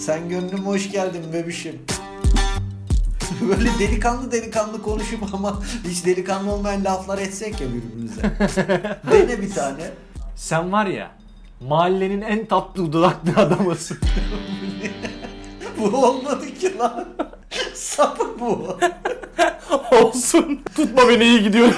Sen gönlüme hoş geldin bebişim. Böyle delikanlı konuşup ama hiç delikanlı olmayan laflar etsek ya birbirimize. Dene bir tane. Sen var ya, mahallenin en tatlı dudaklı adamısın. Bu olmadı ki lan. Sapık bu. Olsun. Tutma beni, iyi gidiyorum.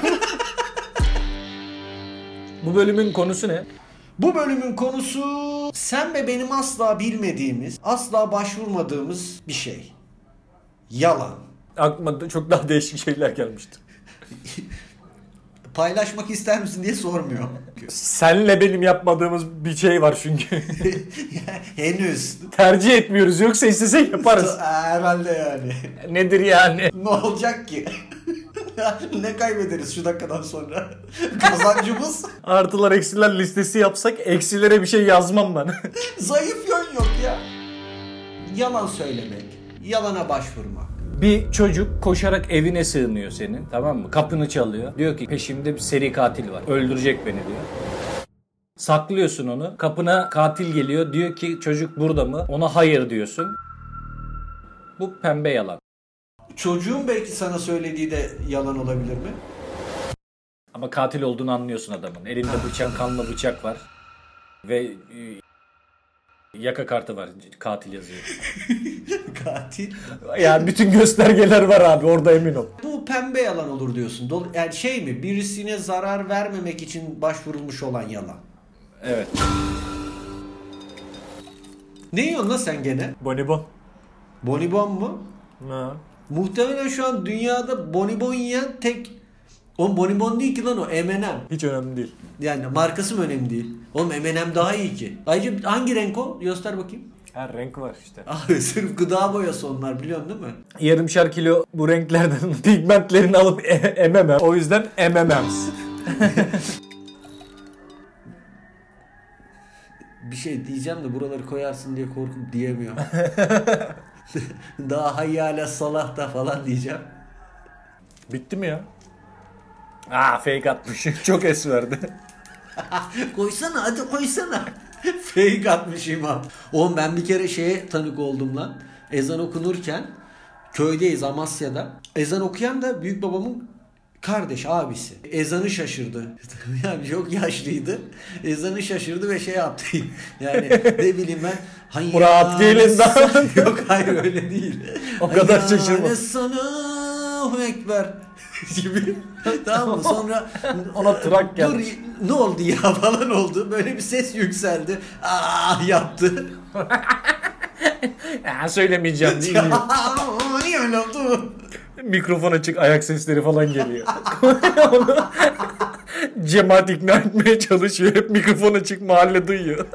Bu bölümün konusu ne? Bu bölümün konusu sen ve benim asla bilmediğimiz, asla başvurmadığımız bir şey. Yalan. Aklıma çok daha değişik şeyler gelmişti. Paylaşmak ister misin diye sormuyor. Senle benim yapmadığımız bir şey var çünkü. Henüz. Tercih etmiyoruz, yoksa istesek yaparız. Herhalde yani. Nedir yani? Ne olacak ki? Ne kaybederiz şu dakikadan sonra? Kazancımız? Artılar eksiler listesi yapsak eksilere bir şey yazmam ben. Zayıf yön yok ya. Yalan söylemek, yalana başvurmak. Bir çocuk koşarak evine sığınıyor senin, tamam mı? Kapını çalıyor. Diyor ki peşimde bir seri katil var. Öldürecek beni diyor. Saklıyorsun onu. Kapına katil geliyor. Diyor ki çocuk burada mı? Ona hayır diyorsun. Bu pembe yalan. Çocuğun belki sana söylediği de yalan olabilir mi? Ama katil olduğunu anlıyorsun adamın. Elinde bıçak, kanlı bıçak var. Ve yaka kartı var. Katil yazıyor. Katil? Yani bütün göstergeler var abi, orada emin ol. Bu pembe yalan olur diyorsun. Yani şey mi? Birisine zarar vermemek için başvurulmuş olan yalan. Evet. Ne yiyorsun lan sen gene? Bonibon. Bonibon mu? Ha. Muhtemelen şu an dünyada bonibon yiyen tek... Oğlum bonibon değil ki lan o, M&M. Hiç önemli değil. Yani markası mı önemli değil? Oğlum M&M daha iyi ki. Ayrıca hangi renk o? Göster bakayım. Her renk var işte. Abi sırf gıda boyası onlar, biliyorsun değil mi? Yarımşar kilo bu renklerden pigmentlerini alıp ememem. O yüzden ememems. Bir şey diyeceğim de buraları koyarsın diye korkup diyemiyorum. Daha hayyâle salah da falan diyeceğim. Bitti mi ya? Fake atmış. Çok es verdi. Koysana hadi koysana. Fake atmış imam. Oğlum ben bir kere şeye tanık oldum lan. Ezan okunurken köydeyiz, Amasya'da. Ezan okuyan da büyük babamın kardeş, abisi. Ezanı şaşırdı. Yani çok yaşlıydı. Ezanı şaşırdı ve şey yaptı. Yani ne bileyim ben. Murat gelin daha. Yok hayır öyle değil. O kadar şaşırma. Allahu Ekber gibi. Tamam mı? Sonra ona trak geldi. Dur ne oldu ya falan oldu. Böyle bir ses yükseldi. Yaptı. Söylemeyeceğim değil mi? Niye öyle oldu? Mikrofon açık, ayak sesleri falan geliyor. Onu cemaat ikna etmeye çalışıyor. Hep mikrofon açık, mahalle duyuyor.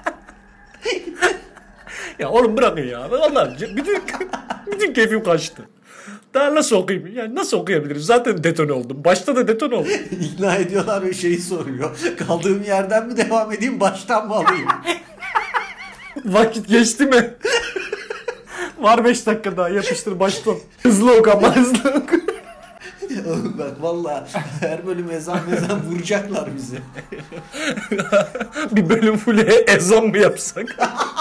Ya oğlum bırakın ya. Vallahi bütün keyfim kaçtı. Daha nasıl okuyayım? Yani nasıl okuyabilirim? Zaten detone oldum. Başta da detone oldum. İkna ediyorlar ve şeyi soruyor. Kaldığım yerden mi devam edeyim, baştan mı alayım? Vakit geçti mi? Var 5 dakika daha, yapıştır baştan. Hızlı oku ama hızlı oku. Bak valla her bölüm ezan vuracaklar bizi. Bir bölüm full ezan mı yapsak?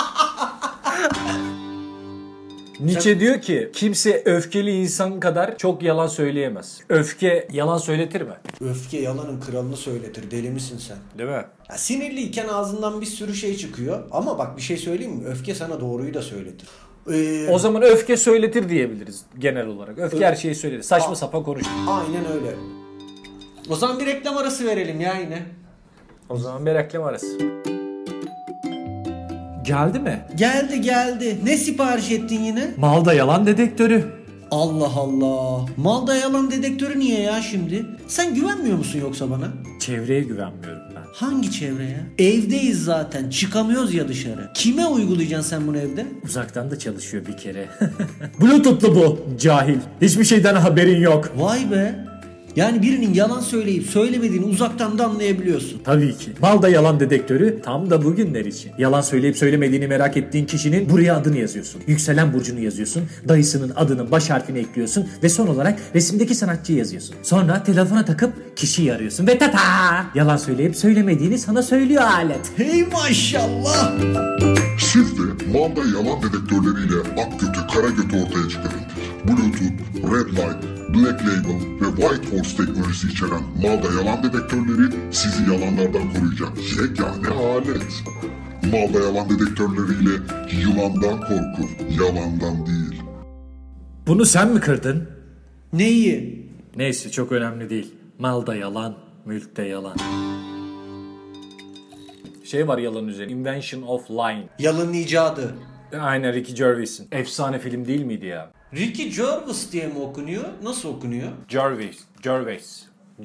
Nietzsche diyor ki kimse öfkeli insan kadar çok yalan söyleyemez. Öfke yalan söyletir mi? Öfke yalanın kralını söyletir. Deli misin sen? Değil mi? Ya sinirliyken ağzından bir sürü şey çıkıyor. Ama bak bir şey söyleyeyim mi? Öfke sana doğruyu da söyletir. O zaman öfke söyletir diyebiliriz genel olarak. Öfke her şeyi söyletir. Saçma sapan konuşur. Aynen öyle. O zaman bir reklam arası verelim ya yine. O zaman bir reklam arası. Geldi mi? Geldi. Ne sipariş ettin yine? Malda yalan dedektörü. Allah Allah. Malda yalan dedektörü niye ya şimdi? Sen güvenmiyor musun yoksa bana? Çevreye güvenmiyorum ben. Hangi çevreye? Evdeyiz zaten. Çıkamıyoruz ya dışarı. Kime uygulayacaksın sen bunu evde? Uzaktan da çalışıyor bir kere. Bluetooth'lu bu. Cahil. Hiçbir şeyden haberin yok. Vay be. Yani birinin yalan söyleyip söylemediğini uzaktan da anlayabiliyorsun. Tabii ki. Malda yalan dedektörü tam da bugünler için. Yalan söyleyip söylemediğini merak ettiğin kişinin buraya adını yazıyorsun. Yükselen burcunu yazıyorsun. Dayısının adının baş harfini ekliyorsun. Ve son olarak resimdeki sanatçıyı yazıyorsun. Sonra telefona takıp kişiyi arıyorsun. Ve tata! Yalan söyleyip söylemediğini sana söylüyor alet. Hey maşallah! Çift ve manda yalan dedektörleriyle ak götü kara götü ortaya çıkarın. Bluetooth, Red Light, Black Label ve White Horse teknolojisi içeren Malda yalan dedektörleri sizi yalanlardan koruyacak yegane alet. Malda yalan dedektörleriyle yılandan korkur, yalandan değil. Bunu sen mi kırdın? Neyi? Neyse çok önemli değil. Mal da yalan, mülk de yalan. Şey var yalan üzerine. Invention of Lying. Yalanın icadı. Aynen Ricky Gervais'in. Efsane film değil miydi ya? Ricky Gervais diye mi okunuyor? Nasıl okunuyor? Gervais.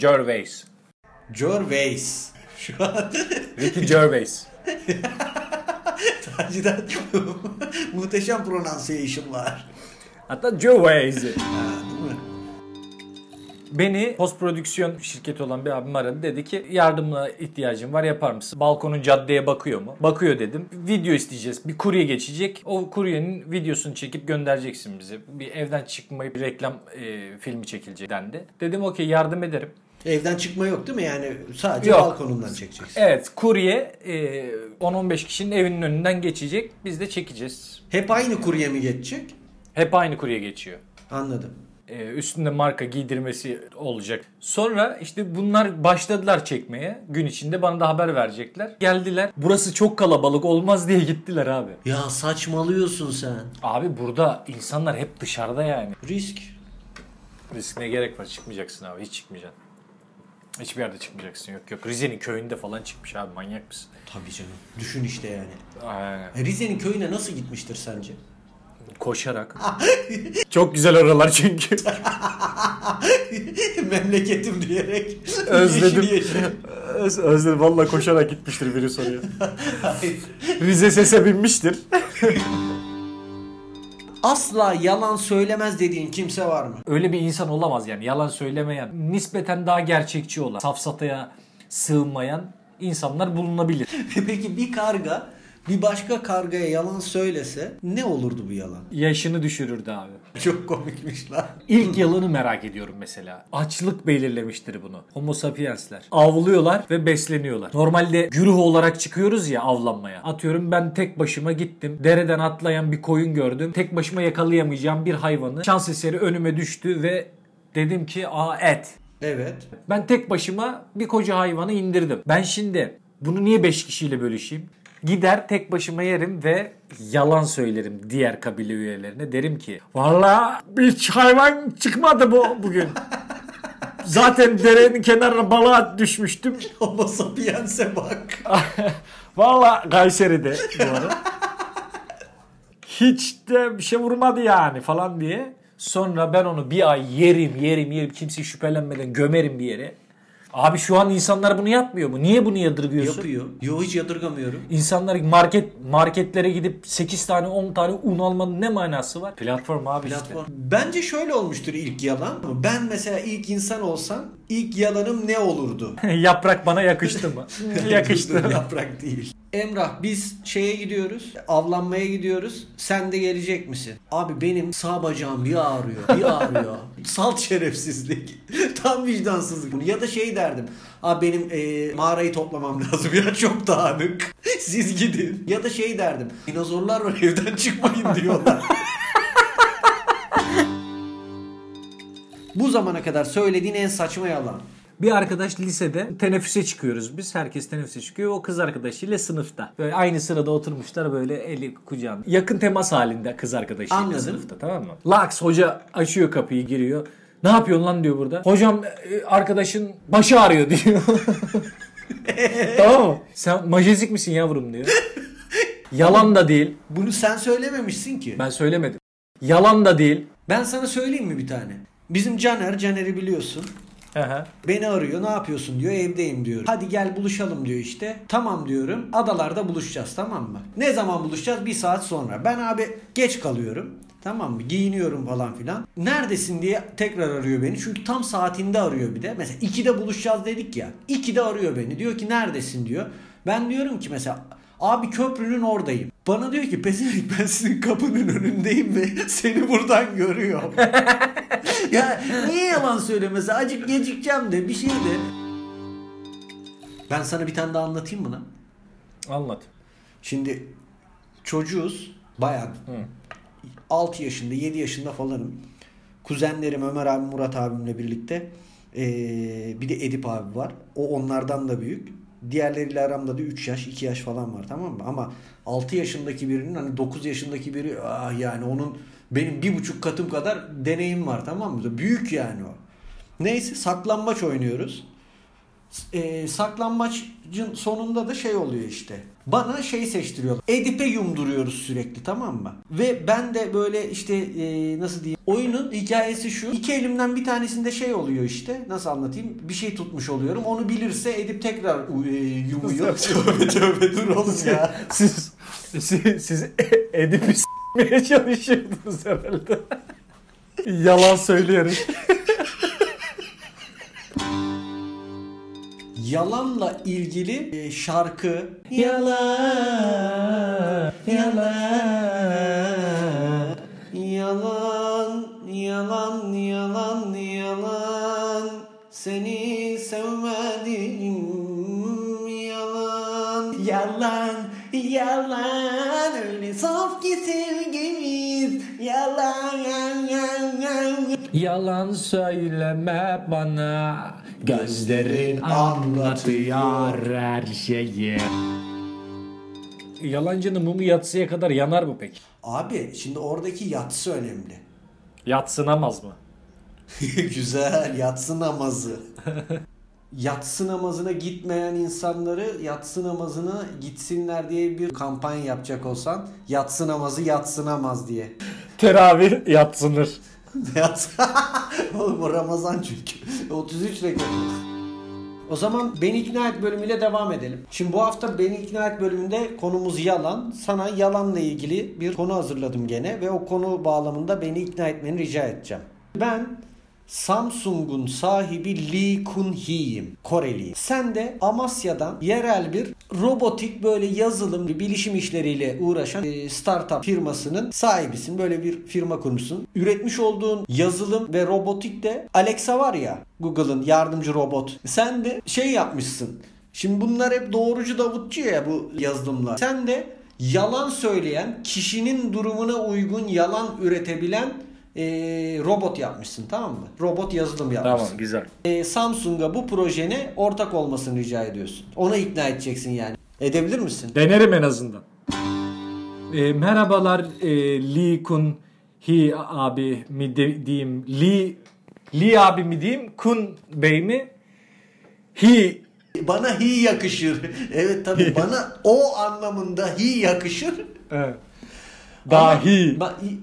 Gervais. Şu an Ricky Gervais. Taci'den muhteşem pronunciation var. Hatta Gervais. Ha, değil mi? Beni post prodüksiyon şirketi olan bir abim aradı. Dedi ki yardımına ihtiyacım var, yapar mısın? Balkonun caddeye bakıyor mu? Bakıyor dedim. Video isteyeceğiz. Bir kurye geçecek. O kuryenin videosunu çekip göndereceksin bize. Bir evden çıkmayıp reklam filmi çekilecek dendi. Dedim okey, yardım ederim. Evden çıkma yok değil mi? Yani sadece Yok. balkonundan çekeceksin. Evet, kurye 10-15 kişinin evinin önünden geçecek. Biz de çekeceğiz. Hep aynı kurye mi geçecek? Hep aynı kurye geçiyor. Anladım. Üstünde marka giydirmesi olacak. Sonra işte bunlar başladılar çekmeye. Gün içinde bana da haber verecekler. Geldiler. Burası çok kalabalık olmaz diye gittiler abi. Ya saçmalıyorsun sen. Abi burada insanlar hep dışarıda yani. Risk. Risk ne gerek var? Çıkmayacaksın abi. Hiç çıkmayacaksın. Hiçbir yerde çıkmayacaksın. Yok. Rize'nin köyünde falan çıkmış abi. Manyak mısın? Tabii canım. Düşün işte yani. Aynen. Rize'nin köyüne nasıl gitmiştir sence? Koşarak. Çok güzel oralar çünkü. Memleketim diyerek. Özledim. yeşil. Özledim. Valla koşarak gitmiştir biri soruyor. Rize sese binmiştir. Asla yalan söylemez dediğin kimse var mı? Öyle bir insan olamaz yani. Yalan söylemeyen, nispeten daha gerçekçi olan, safsataya sığınmayan insanlar bulunabilir. Peki bir karga bir başka kargaya yalan söylese ne olurdu bu yalan? Yaşını düşürürdü abi. Çok komikmiş lan. İlk yalanı merak ediyorum mesela. Açlık belirlemiştir bunu. Homo sapiensler. Avlıyorlar ve besleniyorlar. Normalde güruh olarak çıkıyoruz ya avlanmaya. Atıyorum ben tek başıma gittim. Dereden atlayan bir koyun gördüm. Tek başıma yakalayamayacağım bir hayvanı. Şans eseri önüme düştü ve dedim ki et. Evet. Ben tek başıma bir koca hayvanı indirdim. Ben şimdi bunu niye 5 kişiyle bölüşeyim? Gider tek başıma yerim ve yalan söylerim diğer kabile üyelerine. Derim ki vallahi hiç hayvan çıkmadı bugün. Zaten derenin kenarına balığa düşmüştüm. Homo sapiens'e bak. Vallahi Kayseri'de bu arada. Hiç de bir şey vurmadı yani falan diye. Sonra ben onu bir ay yerim kimse şüphelenmeden gömerim bir yere. Abi şu an insanlar bunu yapmıyor mu? Niye bunu yadırgıyorsun? Yapıyor. Yo hiç yadırgamıyorum. İnsanlar marketlere gidip 8 tane 10 tane un almanın ne manası var? Platform abi Platform. işte. Bence şöyle olmuştur ilk yalan. Ben mesela ilk insan olsam ilk yalanım ne olurdu? Yaprak bana yakıştı mı? Yakıştı. Yaprak değil. Emrah biz şeye gidiyoruz. Avlanmaya gidiyoruz. Sen de gelecek misin? Abi benim sağ bacağım bir ağrıyor. Salt şerefsizlik. Tam vicdansızlık. Ya da şey derdim. Abi benim mağarayı toplamam lazım ya çok dağınık. Siz gidin. Ya da şey derdim. Dinozorlar var evden çıkmayın diyorlar. Bu zamana kadar söylediğin en saçma yalan. Bir arkadaş lisede teneffüse çıkıyoruz biz. Herkes teneffüse çıkıyor. O kız arkadaşıyla sınıfta. Böyle aynı sırada oturmuşlar böyle eli kucağında. Yakın temas halinde kız arkadaşıyla Anladım. sınıfta, tamam mı? Laks hoca açıyor kapıyı, giriyor. Ne yapıyorsun lan diyor burada. Hocam arkadaşın başı ağrıyor diyor. Tamam mı? Sen majezik misin yavrum diyor. Yalan da değil. Bunu sen söylememişsin ki. Ben söylemedim. Yalan da değil. Ben sana söyleyeyim mi bir tane? Bizim Caner'i biliyorsun. Beni arıyor, ne yapıyorsun diyor, evdeyim diyorum. Hadi gel buluşalım diyor işte. Tamam diyorum, adalarda buluşacağız, tamam mı? Ne zaman buluşacağız? 1 saat sonra. Ben abi geç kalıyorum. Tamam mı? Giyiniyorum falan filan. Neredesin diye tekrar arıyor beni. Çünkü tam saatinde arıyor bir de. Mesela 2'de buluşacağız dedik ya. 2'de arıyor beni. Diyor ki neredesin diyor. Ben diyorum ki mesela abi köprünün oradayım. Bana diyor ki pezevenk ben sizin kapının önündeyim ve seni buradan görüyorum. Ya niye yalan söylemesi? Acık gecikeceğim de bir şey de. Ben sana bir tane daha anlatayım mı lan? Anlat. Şimdi çocuğuz. Bayağı 6 yaşında 7 yaşında falanım. Kuzenlerim Ömer abi Murat abimle birlikte. Bir de Edip abi var. O onlardan da büyük. Diğerleriyle aramda da 3 yaş 2 yaş falan var, tamam mı? Ama 6 yaşındaki birinin hani 9 yaşındaki biri yani onun benim 1,5 katım kadar deneyim var, tamam mı? Büyük yani o. Neyse saklambaç oynuyoruz. Saklambaçın sonunda da şey oluyor işte. Bana şey seçtiriyorlar. Edip'e yumduruyoruz sürekli, tamam mı? Ve ben de böyle işte nasıl diyeyim? Oyunun hikayesi şu. İki elimden bir tanesinde şey oluyor işte. Nasıl anlatayım? Bir şey tutmuş oluyorum. Onu bilirse Edip tekrar yumuyor. Tövbe dur oğlum ya. Siz Edip'i s**meye çalışıyordunuz herhalde. Yalan söyleyerek. Yalanla ilgili şarkı. Yalan, yalan, yalan, yalan, yalan, yalan. Seni sevmedim, yalan, yalan, yalan. Öyle saf ki sevgimiz, yalan, yalan. Yalan söyleme bana, gözlerin anlatıyor her şeyi. Yalancının mumu yatsıya kadar yanar mı peki? Abi şimdi oradaki yatsı önemli. Yatsınamaz mı? Güzel, yatsı namazı. Yatsı namazına gitmeyen insanları yatsı namazına gitsinler diye bir kampanya yapacak olsan, yatsı namazı yatsınamaz diye. Teravih yatsınır. Oğlum o Ramazan çünkü. 33 rekat. O zaman Beni İkna Et bölümüyle devam edelim. Şimdi bu hafta Beni İkna Et bölümünde konumuz yalan. Sana yalanla ilgili bir konu hazırladım gene ve o konu bağlamında beni ikna etmeni rica edeceğim. Ben Samsung'un sahibi Lee Kun-hee'yim. Koreliyim. Sen de Amasya'dan yerel bir robotik böyle yazılım, bilişim işleriyle uğraşan startup firmasının sahibisin. Böyle bir firma kurmuşsun. Üretmiş olduğun yazılım ve robotik de Alexa var ya, Google'ın yardımcı robot. Sen de şey yapmışsın. Şimdi bunlar hep doğrucu davutçu ya bu yazılımlar. Sen de yalan söyleyen, kişinin durumuna uygun yalan üretebilen robot yapmışsın, tamam mı? Robot yazılım yapmışsın. Tamam, güzel. Samsung'a bu projene ortak olmasını rica ediyorsun. Ona ikna edeceksin yani. Edebilir misin? Denerim en azından. Merhabalar Lee Kun-hee abi mi diyeyim? Lee abi mi diyeyim? Kun Bey mi? He. Bana he yakışır. Evet tabii bana o anlamında he yakışır. Evet. Dahi.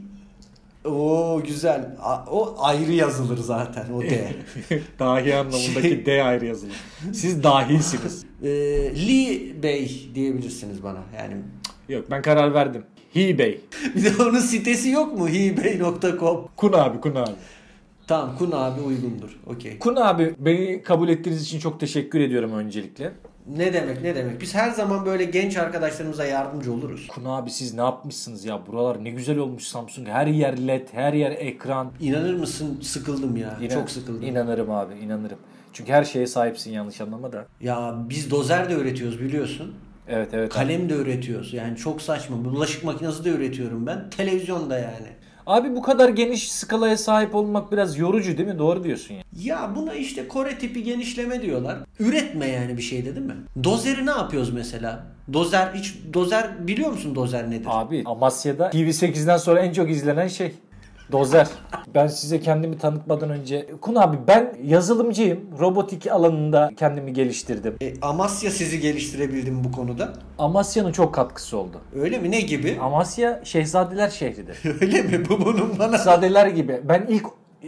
Oo güzel. O ayrı yazılır zaten o D. Dahi anlamındaki D ayrı yazılır. Siz dahisiniz. Lee Bey diyebilirsiniz bana. Yani yok, ben karar verdim. He Bey. bir de onun sitesi yok mu? hebey.com. Kun abi. Tamam, Kun abi uygundur. Okey. Kun abi, beni kabul ettiğiniz için çok teşekkür ediyorum öncelikle. Ne demek? Biz her zaman böyle genç arkadaşlarımıza yardımcı oluruz. Kun abi, siz ne yapmışsınız ya? Buralar ne güzel olmuş Samsung. Her yer led, her yer ekran. İnanır mısın? Sıkıldım ya. Çok sıkıldım. İnanırım abi, inanırım. Çünkü her şeye sahipsin, yanlış anlama da. Ya biz dozer de üretiyoruz biliyorsun. Evet. Kalem de üretiyoruz. Yani çok saçma. Bulaşık makinesi de üretiyorum ben. Televizyonda yani. Abi bu kadar geniş skalaya sahip olmak biraz yorucu değil mi? Doğru diyorsun ya. Ya buna işte Kore tipi genişleme diyorlar. Üretme yani bir şeyde, değil mi? Dozeri ne yapıyoruz mesela? Dozer biliyor musun, dozer nedir? Abi Amasya'da TV8'den sonra en çok izlenen şey. Dozer. Ben size kendimi tanıtmadan önce... Kun abi, ben yazılımcıyım. Robotik alanında kendimi geliştirdim. Amasya sizi geliştirebildi mi bu konuda? Amasya'nın çok katkısı oldu. Öyle mi? Ne gibi? Amasya Şehzadeler şehridir. Öyle mi? Bu bunun bana... Şehzadeler gibi. Ben ilk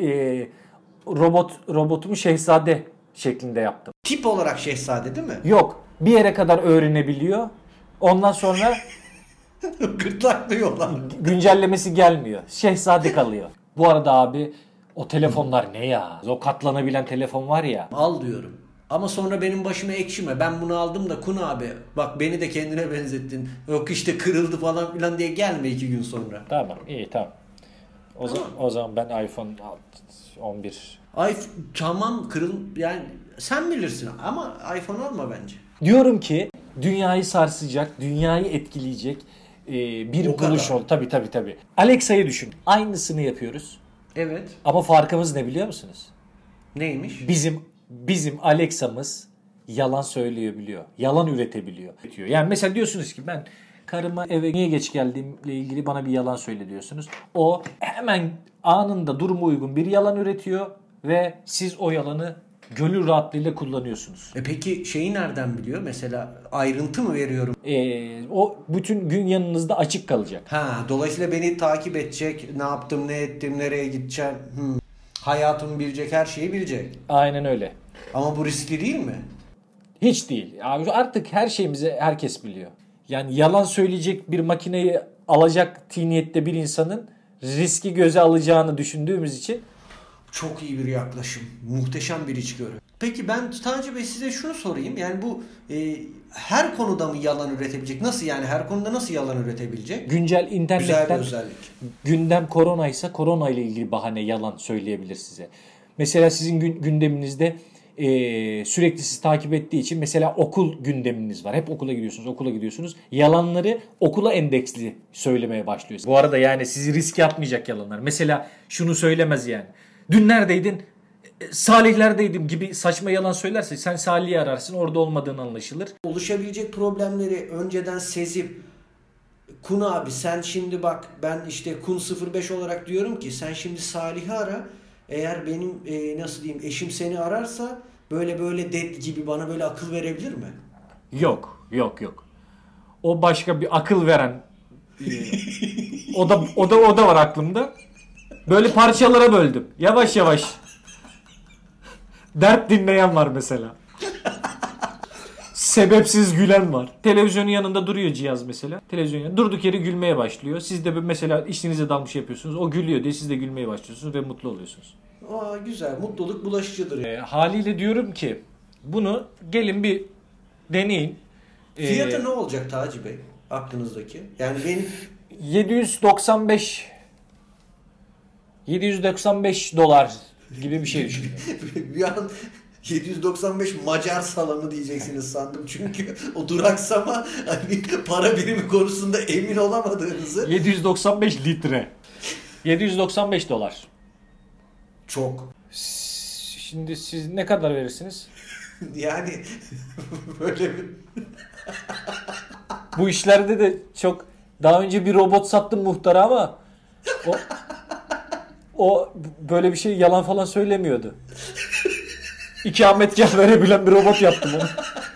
robotumu şehzade şeklinde yaptım. Tip olarak şehzade değil mi? Yok. Bir yere kadar öğrenebiliyor. Ondan sonra... Gırtlaklıyorlar. Güncellemesi gelmiyor. Şehzade kalıyor. Bu arada abi, o telefonlar ne ya? O katlanabilen telefon var ya. Al diyorum. Ama sonra benim başıma ekşime. Ben bunu aldım da Kun abi, bak beni de kendine benzettin. Yok işte kırıldı falan filan diye gelme 2 gün sonra. Tamam, iyi, tamam. O zaman ben iPhone 11. Tamam, yani sen bilirsin ama iPhone alma bence. Diyorum ki dünyayı sarsacak, dünyayı etkileyecek bir O buluş kadar. oldu. Tabii. Alexa'yı düşün. Aynısını yapıyoruz. Evet. Ama farkımız ne biliyor musunuz? Neymiş? Bizim Alexa'mız yalan söyleyebiliyor. Yalan üretebiliyor. Yani mesela diyorsunuz ki ben karıma eve niye geç geldiğimle ilgili bana bir yalan söyle diyorsunuz. O hemen anında duruma uygun bir yalan üretiyor ve siz o yalanı gönül rahatlığıyla kullanıyorsunuz. Peki şeyi nereden biliyor? Mesela ayrıntı mı veriyorum? O bütün gün yanınızda açık kalacak. Dolayısıyla beni takip edecek. Ne yaptım, ne ettim, nereye gideceğim. Hayatımı bilecek, her şeyi bilecek. Aynen öyle. Ama bu riskli değil mi? Hiç değil. Abi artık her şeyimizi herkes biliyor. Yani yalan söyleyecek bir makineyi alacak tiniyette bir insanın riski göze alacağını düşündüğümüz için Çok iyi bir yaklaşım. Muhteşem bir içgörü. Peki ben Taci Bey size şunu sorayım. Yani bu her konuda mı yalan üretebilecek? Nasıl yani? Her konuda nasıl yalan üretebilecek? güncel Güzel bir internetten özellik. gündem koronaysa korona ile ilgili bahane yalan söyleyebilir size. Mesela sizin gündeminizde sürekli sizi takip ettiği için mesela okul gündeminiz var. Hep okula gidiyorsunuz. Yalanları okula endeksli söylemeye başlıyor. Bu arada yani sizi riske atmayacak yalanlar. Mesela şunu söylemez yani. Dün neredeydin? Salihlerdeydim gibi saçma yalan söylerse sen Salih'i ararsın, orada olmadığın anlaşılır. Oluşabilecek problemleri önceden sezip Kun abi sen şimdi bak ben işte Kun 05 olarak diyorum ki sen şimdi Salih'i ara. Eğer benim nasıl diyeyim eşim seni ararsa böyle de gibi bana böyle akıl verebilir mi? Yok. O başka bir akıl veren o da var aklımda. Böyle parçalara böldüm. Yavaş. Dert dinleyen var mesela. Sebepsiz gülen var. Televizyonun yanında duruyor cihaz mesela. Televizyonun yanında durduk yere gülmeye başlıyor. Siz de mesela işinize dalmış yapıyorsunuz. O gülüyor diye siz de gülmeye başlıyorsunuz ve mutlu oluyorsunuz. Güzel. Mutluluk bulaşıcıdır. Haliyle diyorum ki bunu gelin bir deneyin. Fiyatı ne olacak Taci Bey? Aklınızdaki. Yani benim 795 dolar gibi bir şey düşünüyorum. bir an 795 Macar salamı diyeceksiniz sandım. Çünkü o duraksama hani para birimi konusunda emin olamadığınızı. 795 litre. 795 dolar. Çok. Şimdi siz ne kadar verirsiniz? Yani böyle bir... Bu işlerde de çok daha önce bir robot sattım muhtara ama o böyle bir şey yalan falan söylemiyordu. İkametgah verebilen bir robot yaptım onu.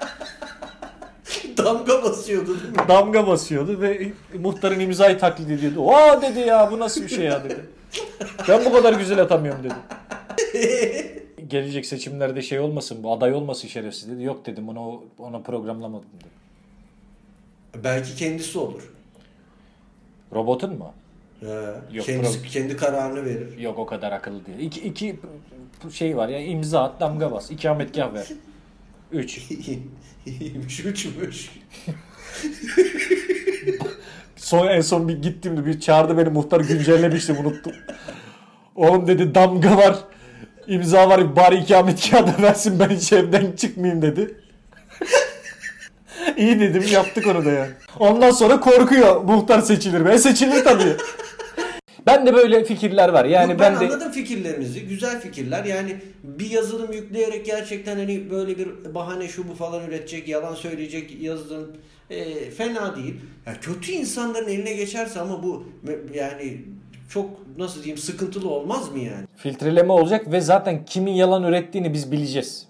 Damga basıyordu değil mi? Damga basıyordu ve muhtarın imzayı taklit ediyordu. Aa dedi ya bu nasıl bir şey ya dedi. Ben bu kadar güzel atamıyorum dedi. Gelecek seçimlerde şey olmasın bu aday olmasın şerefsiz dedi. Yok dedim ona programlamadım dedim. Belki kendisi olur. Robotun mu? Yok, Kendisi kendi kararını verir. Yok o kadar akıllı değil. İki şey var ya imza at damga bas. İkametgah ver. 3. Üçmüş. En son bir gittim bir çağırdı beni muhtar güncellemiştim unuttum. Oğlum dedi damga var. İmza var bari ikametgahı da versin ben hiç evden çıkmayayım dedi. İyi dedim yaptık onu da yani. Ondan sonra korkuyor muhtar seçilir mi? Seçilir tabii. Ben de böyle fikirler var. Yani ben de anladım fikirlerinizi. Güzel fikirler. Yani bir yazılım yükleyerek gerçekten hani böyle bir bahane şu bu falan üretecek, yalan söyleyecek yazılım fena değil. Yani kötü insanların eline geçerse ama bu yani çok nasıl diyeyim sıkıntılı olmaz mı yani? filtreleme olacak ve zaten kimin yalan ürettiğini biz bileceğiz.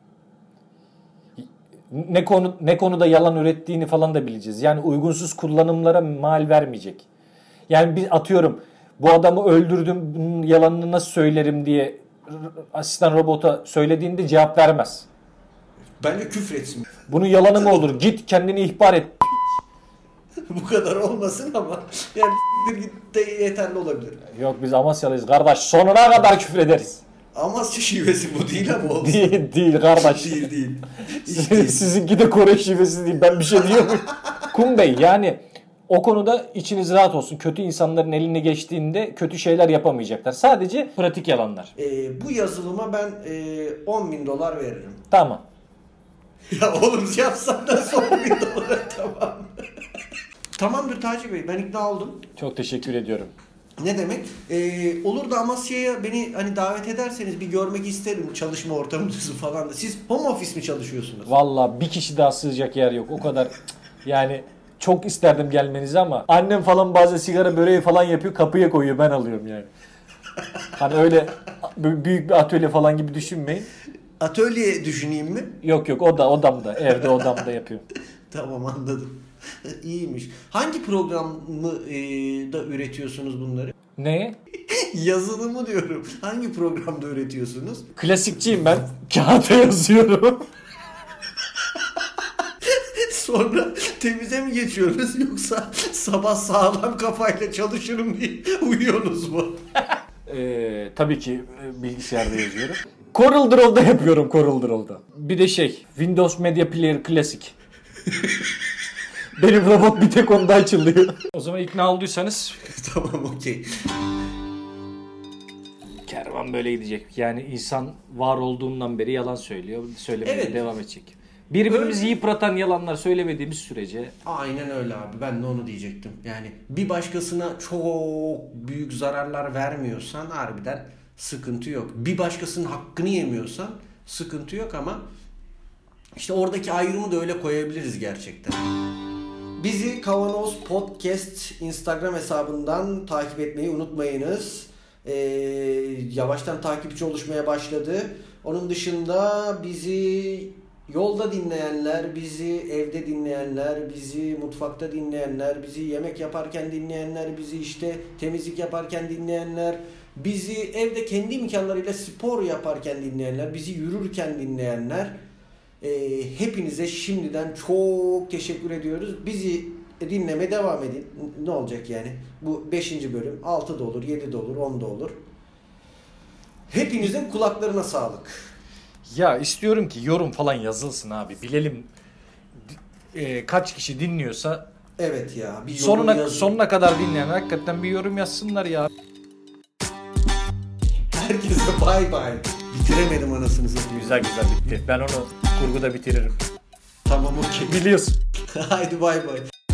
Ne konuda yalan ürettiğini falan da bileceğiz. Yani uygunsuz kullanımlara mal vermeyecek. Yani bir atıyorum bu adamı öldürdüm bunun yalanını nasıl söylerim diye asistan robota söylediğinde cevap vermez. Bence küfretsin. Bunun yalanı mı olur? Git kendini ihbar et. Bu kadar olmasın ama yani git de yeterli olabilir. Yok biz Amasyalıyız kardeş sonuna kadar küfrederiz. Amasya şivesi bu değil ama olsun. Değil kardeş. değil. Sizinki de Kore şivesi değil. Ben bir şey diyor muyum? Kum Bey yani o konuda içiniz rahat olsun. Kötü insanların eline geçtiğinde kötü şeyler yapamayacaklar. Sadece pratik yalanlar. Bu yazılıma ben $10.000 veririm. Tamam. Ya oğlum yapsan nasıl $10.000 tamam. Tamamdır Taci Bey, ben ikna oldum. Çok teşekkür ediyorum. Ne demek? Olur da Amasya'ya beni hani davet ederseniz bir görmek isterim çalışma ortamınızı falan da. Siz home office mi çalışıyorsunuz? Vallahi bir kişi daha sığacak yer yok. O kadar yani çok isterdim gelmenizi ama annem falan bazen sigara böreği falan yapıyor, kapıya koyuyor, ben alıyorum yani. Hani öyle büyük bir atölye falan gibi düşünmeyin. Atölye düşüneyim mi? Yok odamda, evde odamda yapıyorum. Tamam, anladım. İyiymiş. Hangi programı da üretiyorsunuz bunları? Ne? Yazılımı diyorum. Hangi programda üretiyorsunuz? Klasikçiyim ben. Kağıta yazıyorum. Sonra temize mi geçiyorsunuz yoksa sabah sağlam kafayla çalışırım diye uyuyorsunuz mu? Tabii ki bilgisayarda yazıyorum. CorelDraw'da yapıyorum, CorelDraw'da. Bir de Windows Media Player Classic. Benim robot bir tek onda açılıyor. O zaman ikna olduysanız Tamam, okey. kervan böyle gidecek. Yani insan var olduğundan beri yalan söylüyor. Söylemeye Evet. devam edecek. Birbirimizi yıpratan yalanlar söylemediğimiz sürece. Aynen öyle abi. Ben de onu diyecektim. Yani bir başkasına çok büyük zararlar vermiyorsan harbiden sıkıntı yok. Bir başkasının hakkını yemiyorsan sıkıntı yok ama işte oradaki ayrımı da öyle koyabiliriz gerçekten. Bizi Kavanoz Podcast Instagram hesabından takip etmeyi unutmayınız. Yavaştan takipçi oluşmaya başladı. Onun dışında bizi yolda dinleyenler, bizi evde dinleyenler, bizi mutfakta dinleyenler, bizi yemek yaparken dinleyenler, bizi işte temizlik yaparken dinleyenler, bizi evde kendi imkanlarıyla spor yaparken dinleyenler, bizi yürürken dinleyenler, hepinize şimdiden çok teşekkür ediyoruz. Bizi dinlemeye devam edin. Ne olacak yani? Bu 5. bölüm 6 da olur, 7 de olur, 10 da olur. Hepinizin kulaklarına sağlık. Ya istiyorum ki yorum falan yazılsın abi. Bilelim kaç kişi dinliyorsa. Evet ya. Bir yorum sonuna kadar dinleyen hakikaten bir yorum yazsınlar ya. Herkese bay bay. Bitiremedim anasını satayım. Güzel bitti. Ben onu kurguda bitiririm. Tamam, okey. Biliyorsun. Haydi bay bay.